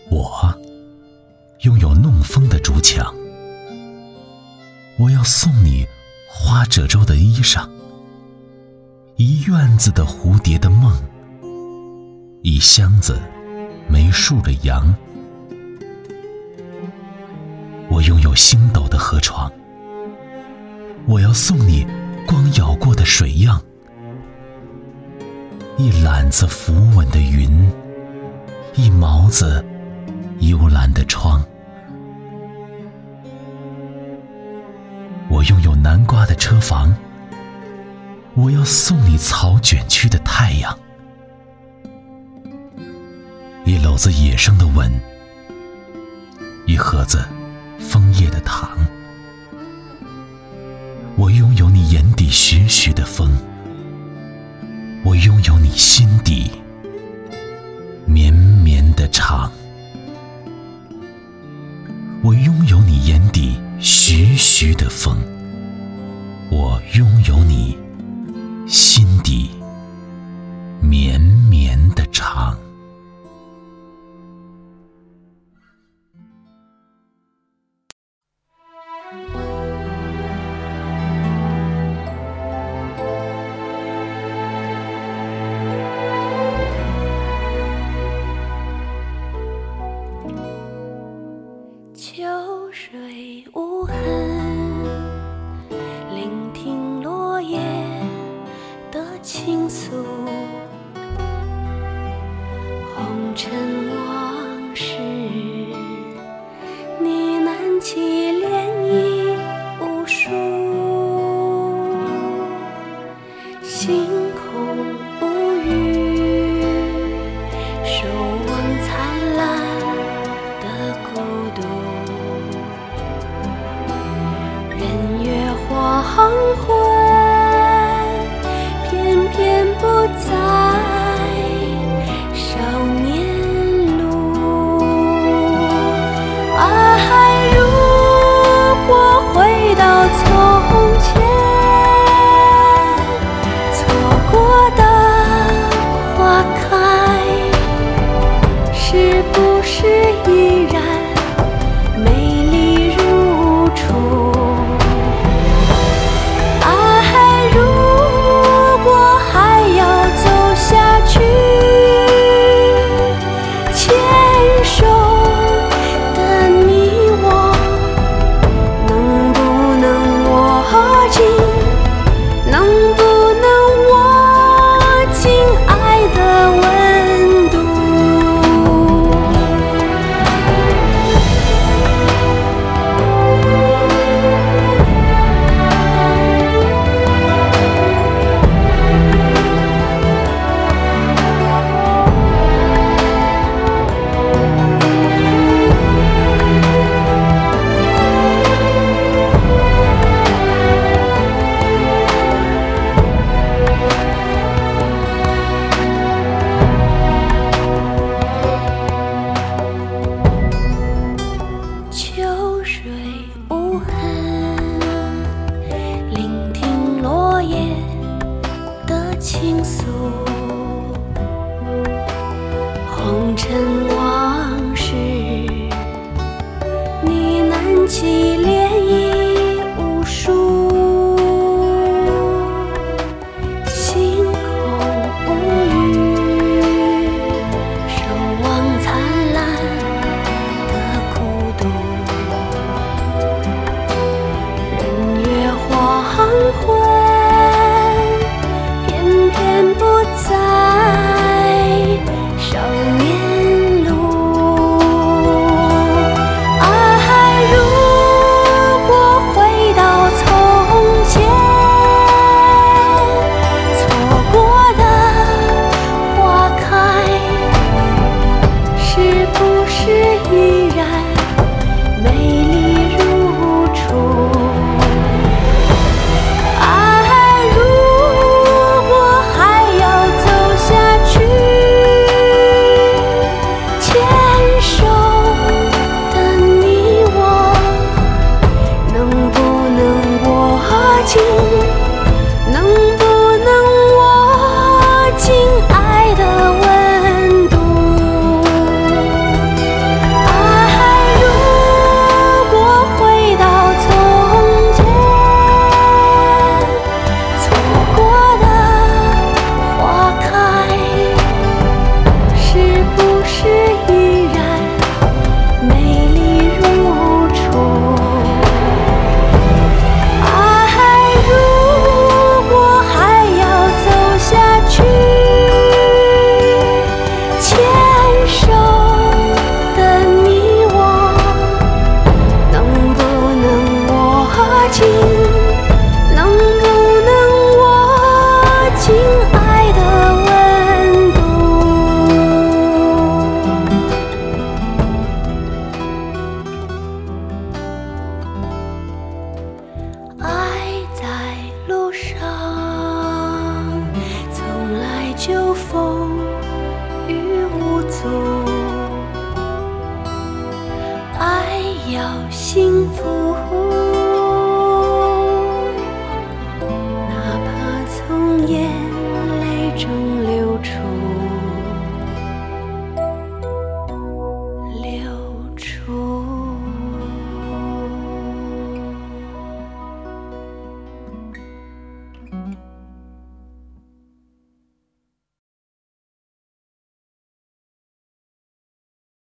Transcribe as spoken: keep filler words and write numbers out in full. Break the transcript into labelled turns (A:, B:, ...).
A: 我拥有弄风的竹墙，我要送你花褶皱的衣裳，一院子的蝴蝶的梦，一箱子没数的羊。我拥有星斗的河床，我要送你光咬过的水漾，一揽子浮稳的云，一毛子幽蓝的窗。我拥有南瓜的车房，我要送你草卷区的太阳，一篓子野生的吻，一盒子枫叶的糖。我拥有你眼底徐徐的风，我拥有你心底绵绵的长。我拥有你眼底徐徐的风，我拥有你心底绵绵的长。
B: 秋水无痕，聆听落叶的倾诉，红尘往事呢喃起涟漪无数，星空无语，守望灿烂的孤独。人月黄昏，偏偏不在少年足，爱要幸福。